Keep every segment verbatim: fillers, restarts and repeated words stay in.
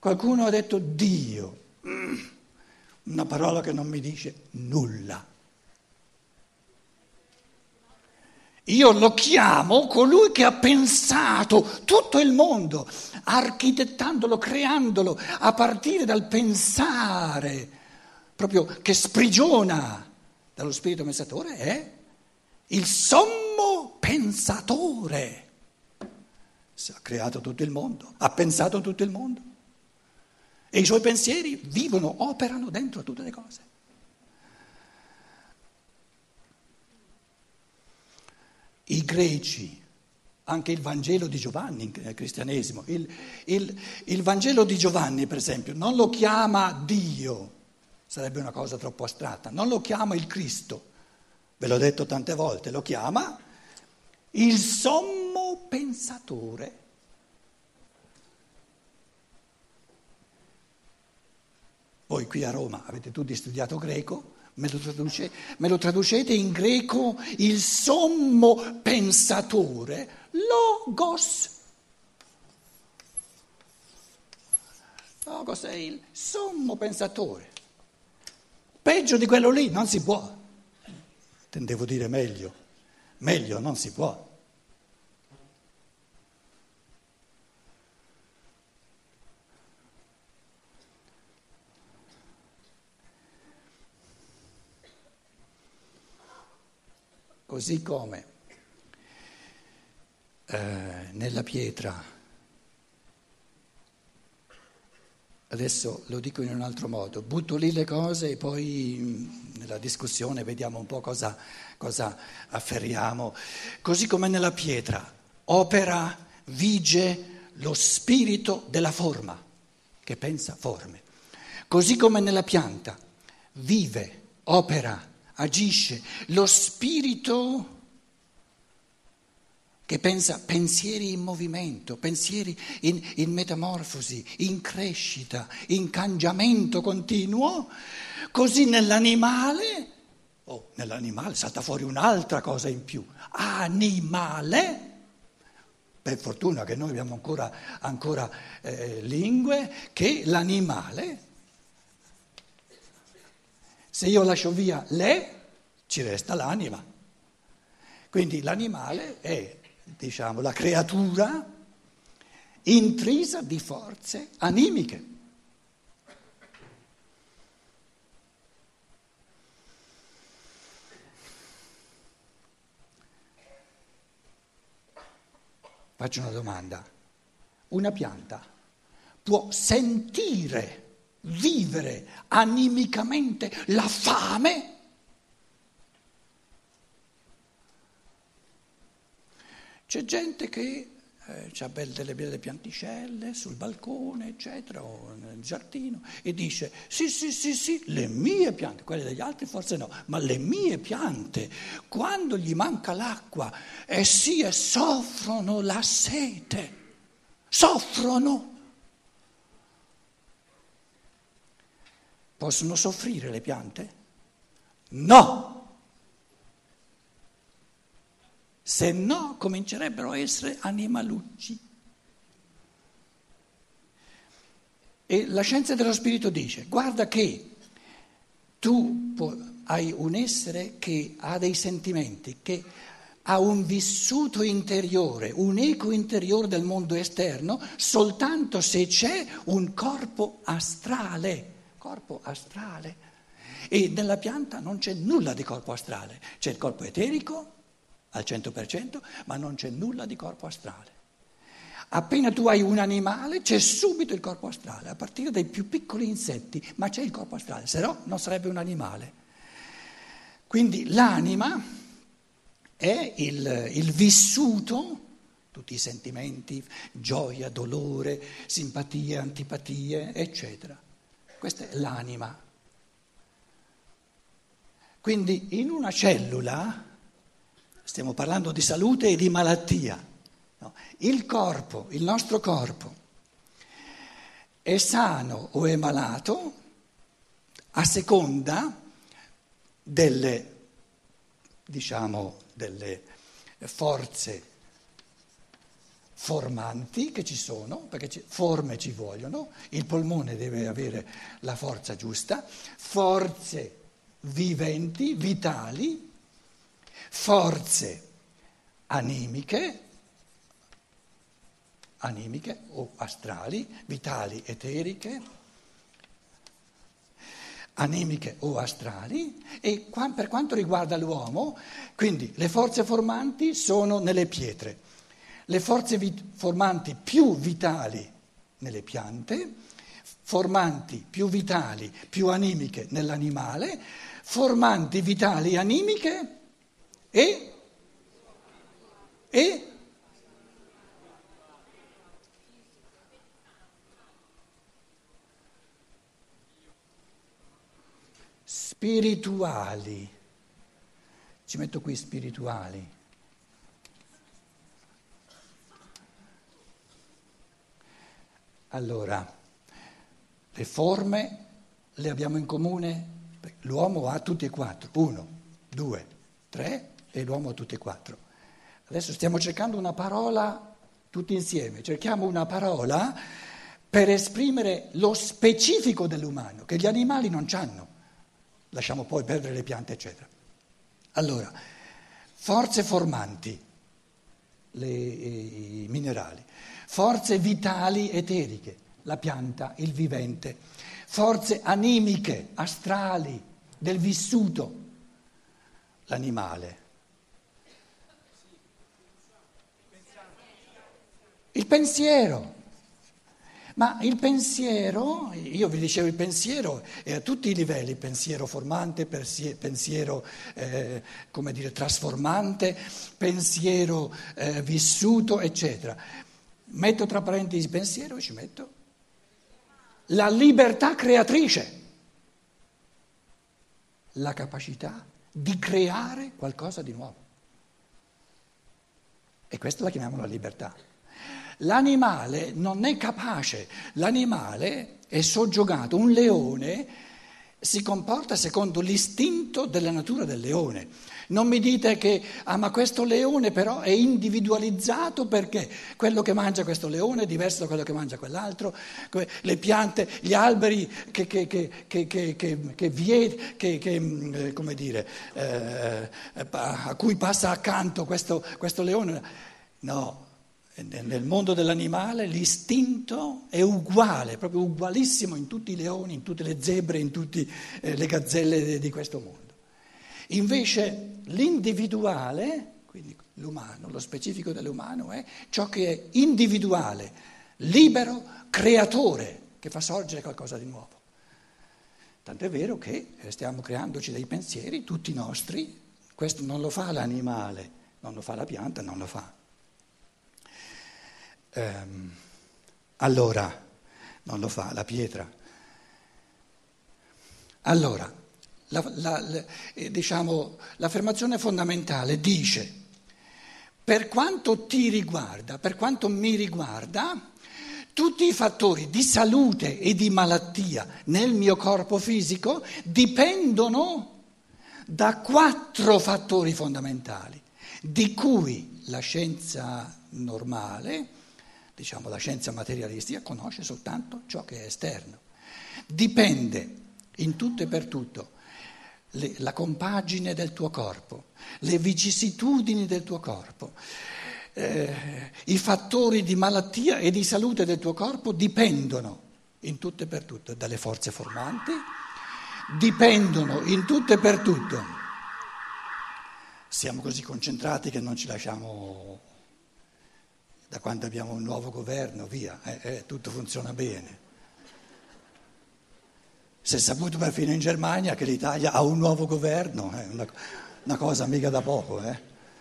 Qualcuno ha detto Dio, una parola che non mi dice nulla. Io lo chiamo colui che ha pensato tutto il mondo, architettandolo, creandolo, a partire dal pensare, proprio che sprigiona dallo spirito pensatore, è il sommo pensatore. Ha creato tutto il mondo, ha pensato tutto il mondo e i suoi pensieri vivono, operano dentro tutte le cose. I greci, anche il Vangelo di Giovanni nel cristianesimo, il, il, il Vangelo di Giovanni per esempio non lo chiama Dio, sarebbe una cosa troppo astratta, non lo chiama il Cristo, ve l'ho detto tante volte, lo chiama il sommo pensatore. Voi qui a Roma avete tutti studiato greco. Me lo, traduce, me lo traducete in greco il sommo pensatore, logos. Logos è il sommo pensatore. Peggio di quello lì non si può. Intendevo dire meglio. Meglio non si può. Così come eh, nella pietra, adesso lo dico in un altro modo, butto lì le cose e poi mh, nella discussione vediamo un po' cosa, cosa afferriamo. Così come nella pietra opera, vige lo spirito della forma, che pensa forme. Così come nella pianta vive, opera, agisce lo spirito che pensa pensieri in movimento, pensieri in, in metamorfosi, in crescita, in cangiamento continuo, così nell'animale, oh, nell'animale salta fuori un'altra cosa in più, animale, per fortuna che noi abbiamo ancora, ancora eh, lingue, che l'animale. Se io lascio via le, ci resta l'anima. Quindi l'animale è, diciamo, la creatura intrisa di forze animiche. Faccio una domanda. Una pianta può sentire, vivere animicamente la fame? C'è gente che eh, ha delle belle pianticelle sul balcone, eccetera, o nel giardino, e dice sì, sì, sì, sì, le mie piante, quelle degli altri forse no, ma le mie piante, quando gli manca l'acqua, eh sì, e soffrono la sete, soffrono. Possono soffrire le piante? No! Se no comincerebbero a essere animalucci. E la scienza dello spirito dice, guarda che tu hai un essere che ha dei sentimenti, che ha un vissuto interiore, un eco interiore del mondo esterno, soltanto se c'è un corpo astrale. Corpo astrale, e nella pianta non c'è nulla di corpo astrale, c'è il corpo eterico al cento per cento, ma non c'è nulla di corpo astrale. Appena tu hai un animale c'è subito il corpo astrale, a partire dai più piccoli insetti, ma c'è il corpo astrale, se no non sarebbe un animale. Quindi l'anima è il, il vissuto, tutti i sentimenti, gioia, dolore, simpatie, antipatie, eccetera. Questa è l'anima. Quindi in una cellula, stiamo parlando di salute e di malattia, no? Il corpo, il nostro corpo, è sano o è malato a seconda delle, diciamo, delle forze formanti che ci sono, perché ci, forme ci vogliono, il polmone deve avere la forza giusta, forze viventi, vitali, forze animiche, animiche o astrali, vitali, eteriche, animiche o astrali, e qua, per quanto riguarda l'uomo, quindi le forze formanti sono nelle pietre, le forze vit- formanti più vitali nelle piante, formanti più vitali, più animiche nell'animale, formanti vitali animiche e, e spirituali. Ci metto qui spirituali. Allora, le forme le abbiamo in comune, l'uomo ha tutti e quattro, uno, due, tre e l'uomo ha tutti e quattro. Adesso stiamo cercando una parola tutti insieme, cerchiamo una parola per esprimere lo specifico dell'umano, che gli animali non c'hanno, lasciamo poi perdere le piante, eccetera. Allora, forze formanti, le, i minerali, forze vitali eteriche, la pianta, il vivente, forze animiche, astrali, del vissuto, l'animale. Il pensiero. Ma il pensiero, io vi dicevo il pensiero è a tutti i livelli, pensiero formante, pensiero eh, come dire, trasformante, pensiero eh, vissuto, eccetera. Metto tra parentesi pensiero e ci metto la libertà creatrice, la capacità di creare qualcosa di nuovo. E questa la chiamiamo la libertà. L'animale non è capace, l'animale è soggiogato, un leone si comporta secondo l'istinto della natura del leone. Non mi dite che, ah ma questo leone però è individualizzato perché quello che mangia questo leone è diverso da quello che mangia quell'altro, le piante, gli alberi che, che, che, che, che, che, che, vie, che, che come dire, eh, a cui passa accanto questo, questo leone. No. Nel mondo dell'animale l'istinto è uguale, proprio ugualissimo in tutti i leoni, in tutte le zebre, in tutte eh, le gazzelle di questo mondo. Invece l'individuale, quindi l'umano, lo specifico dell'umano è ciò che è individuale, libero, creatore, che fa sorgere qualcosa di nuovo. Tant'è vero che stiamo creandoci dei pensieri, tutti nostri, questo non lo fa l'animale, non lo fa la pianta, non lo fa. Um, allora, non lo fa la pietra. Allora, la, la, la, eh, diciamo, l'affermazione fondamentale dice, per quanto ti riguarda, per quanto mi riguarda, tutti i fattori di salute e di malattia nel mio corpo fisico dipendono da quattro fattori fondamentali, di cui la scienza normale, diciamo la scienza materialistica, conosce soltanto ciò che è esterno. Dipende in tutto e per tutto le, la compagine del tuo corpo, le vicissitudini del tuo corpo, eh, i fattori di malattia e di salute del tuo corpo dipendono in tutto e per tutto dalle forze formanti, dipendono in tutto e per tutto. Siamo così concentrati che non ci lasciamo. Da quando abbiamo un nuovo governo, via, eh, eh, tutto funziona bene. Si è saputo perfino in Germania che l'Italia ha un nuovo governo, è eh, una, una cosa mica da poco, eh.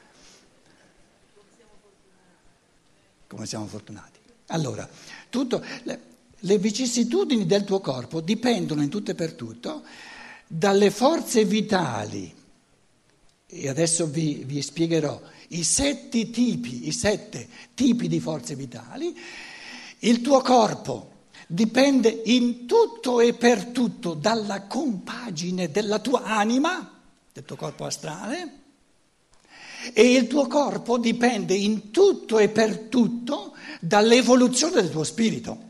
Come siamo fortunati. Allora, tutto, le, le vicissitudini del tuo corpo dipendono in tutto e per tutto dalle forze vitali. E adesso vi, vi spiegherò i sette tipi, i sette tipi di forze vitali. Il tuo corpo dipende in tutto e per tutto dalla compagine della tua anima, del tuo corpo astrale, E il tuo corpo dipende in tutto e per tutto dall'evoluzione del tuo spirito.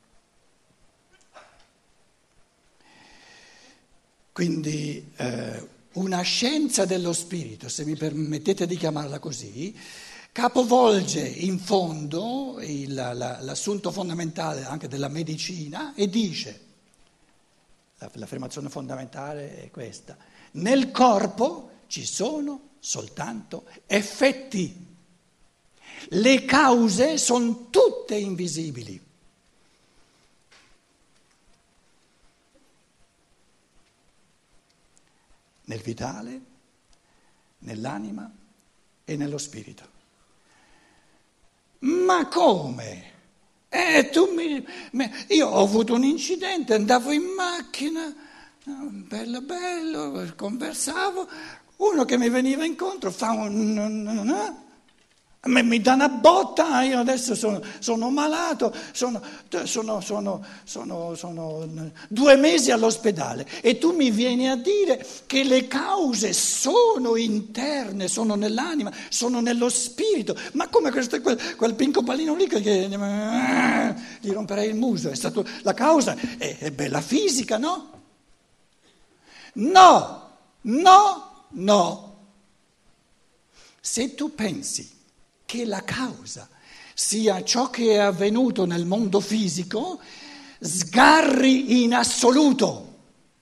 Quindi eh, una scienza dello spirito, se mi permettete di chiamarla così, capovolge in fondo il, la, l'assunto fondamentale anche della medicina e dice, l'affermazione fondamentale è questa: nel corpo ci sono soltanto effetti, le cause sono tutte invisibili. Nel vitale, nell'anima e nello spirito. Ma come? Eh, tu mi, mi, io ho avuto un incidente, andavo in macchina, bello bello, conversavo, uno che mi veniva incontro fa un... Mi, mi dà una botta, io adesso sono, sono malato, sono, sono, sono, sono, sono due mesi all'ospedale e tu mi vieni a dire che le cause sono interne, sono nell'anima, sono nello spirito. Ma come questo, quel, quel pinco pallino lì che, che gli romperei il muso? È stato, la causa è, è bella fisica, no? No, no, no. Se tu pensi che la causa sia ciò che è avvenuto nel mondo fisico, sgarri in assoluto.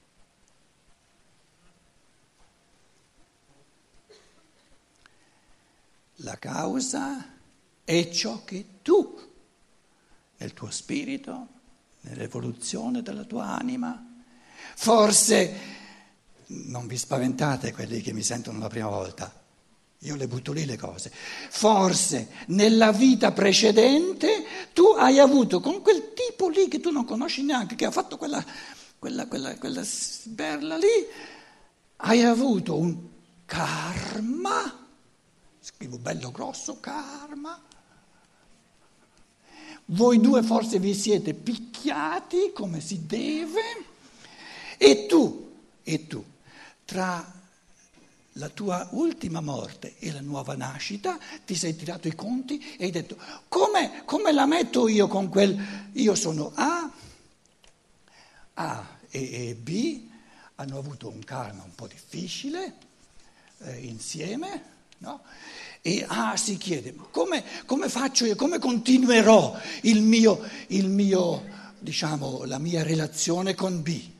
La causa è ciò che tu, nel tuo spirito, nell'evoluzione della tua anima, forse, non vi spaventate quelli che mi sentono la prima volta, io le butto lì le cose. Forse nella vita precedente tu hai avuto con quel tipo lì che tu non conosci neanche, che ha fatto quella, quella, quella, quella sberla lì, hai avuto un karma, scrivo bello grosso, karma. Voi due forse vi siete picchiati come si deve e tu, e tu, tra la tua ultima morte e la nuova nascita, ti sei tirato i conti e hai detto: come, come la metto io con quel... Io sono A, A e, e B hanno avuto un karma un po' difficile eh, insieme, no? E A si chiede: come, come faccio io, come continuerò il mio, il mio, diciamo, la mia relazione con B?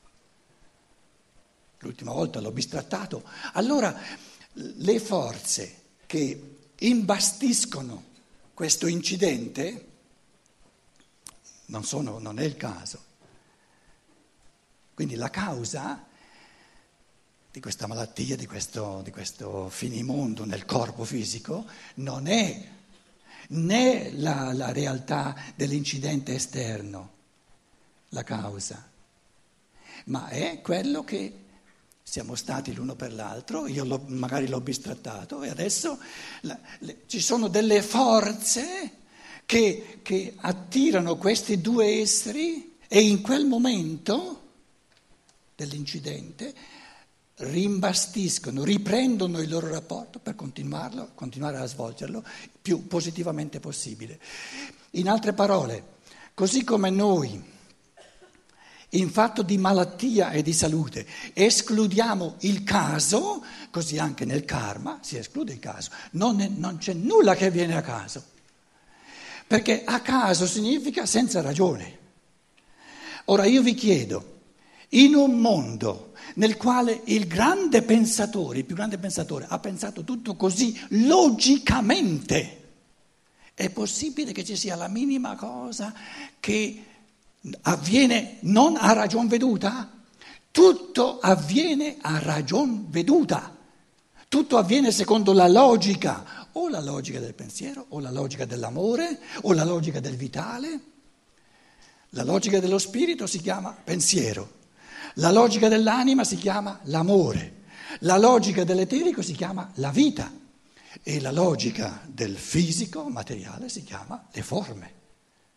L'ultima volta l'ho bistrattato. Allora, le forze che imbastiscono questo incidente non sono, non è il caso. Quindi la causa di questa malattia, di questo, di questo finimondo nel corpo fisico, non è né la, la realtà dell'incidente esterno, la causa, ma è quello che siamo stati l'uno per l'altro, io l'ho, magari l'ho bistrattato e adesso la, le, ci sono delle forze che, che attirano questi due esseri e in quel momento dell'incidente rimbastiscono, riprendono il loro rapporto per continuarlo, continuare a svolgerlo più positivamente possibile. In altre parole, così come noi in fatto di malattia e di salute escludiamo il caso, così anche nel karma si esclude il caso. Non, è, non c'è nulla che viene a caso, perché a caso significa senza ragione. Ora io vi chiedo, in un mondo nel quale il grande pensatore, il più grande pensatore ha pensato tutto così logicamente, è possibile che ci sia la minima cosa che avviene non a ragion veduta? Tutto avviene a ragion veduta, tutto avviene secondo la logica, o la logica del pensiero, o la logica dell'amore, o la logica del vitale. La logica dello spirito si chiama pensiero, la logica dell'anima si chiama l'amore, la logica dell'eterico si chiama la vita e la logica del fisico materiale si chiama le forme.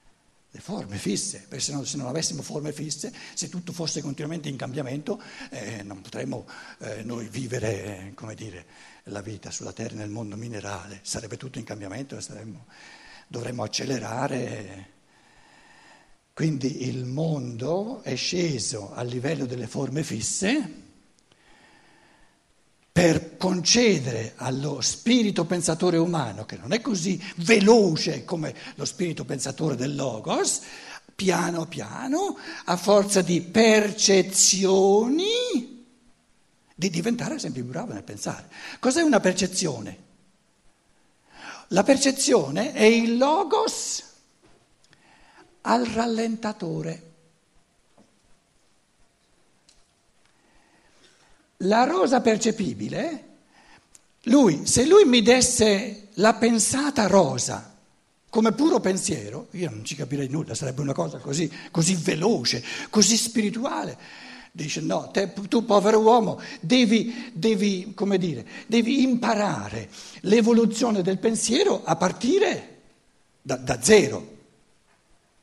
le forme fisse, perché se, no, se non avessimo forme fisse, se tutto fosse continuamente in cambiamento, eh, non potremmo eh, noi vivere, eh, come dire, la vita sulla Terra nel mondo minerale, sarebbe tutto in cambiamento e saremmo, dovremmo accelerare. Quindi il mondo è sceso a livello delle forme fisse per concedere allo spirito pensatore umano, che non è così veloce come lo spirito pensatore del Logos, piano piano, a forza di percezioni, di diventare sempre più bravo nel pensare. Cos'è una percezione? La percezione è il Logos al rallentatore. La rosa percepibile, lui, se lui mi desse la pensata rosa come puro pensiero, io non ci capirei nulla, sarebbe una cosa così, così veloce, così spirituale. Dice no, te, tu povero uomo devi, devi, come dire, devi imparare l'evoluzione del pensiero a partire da, da zero.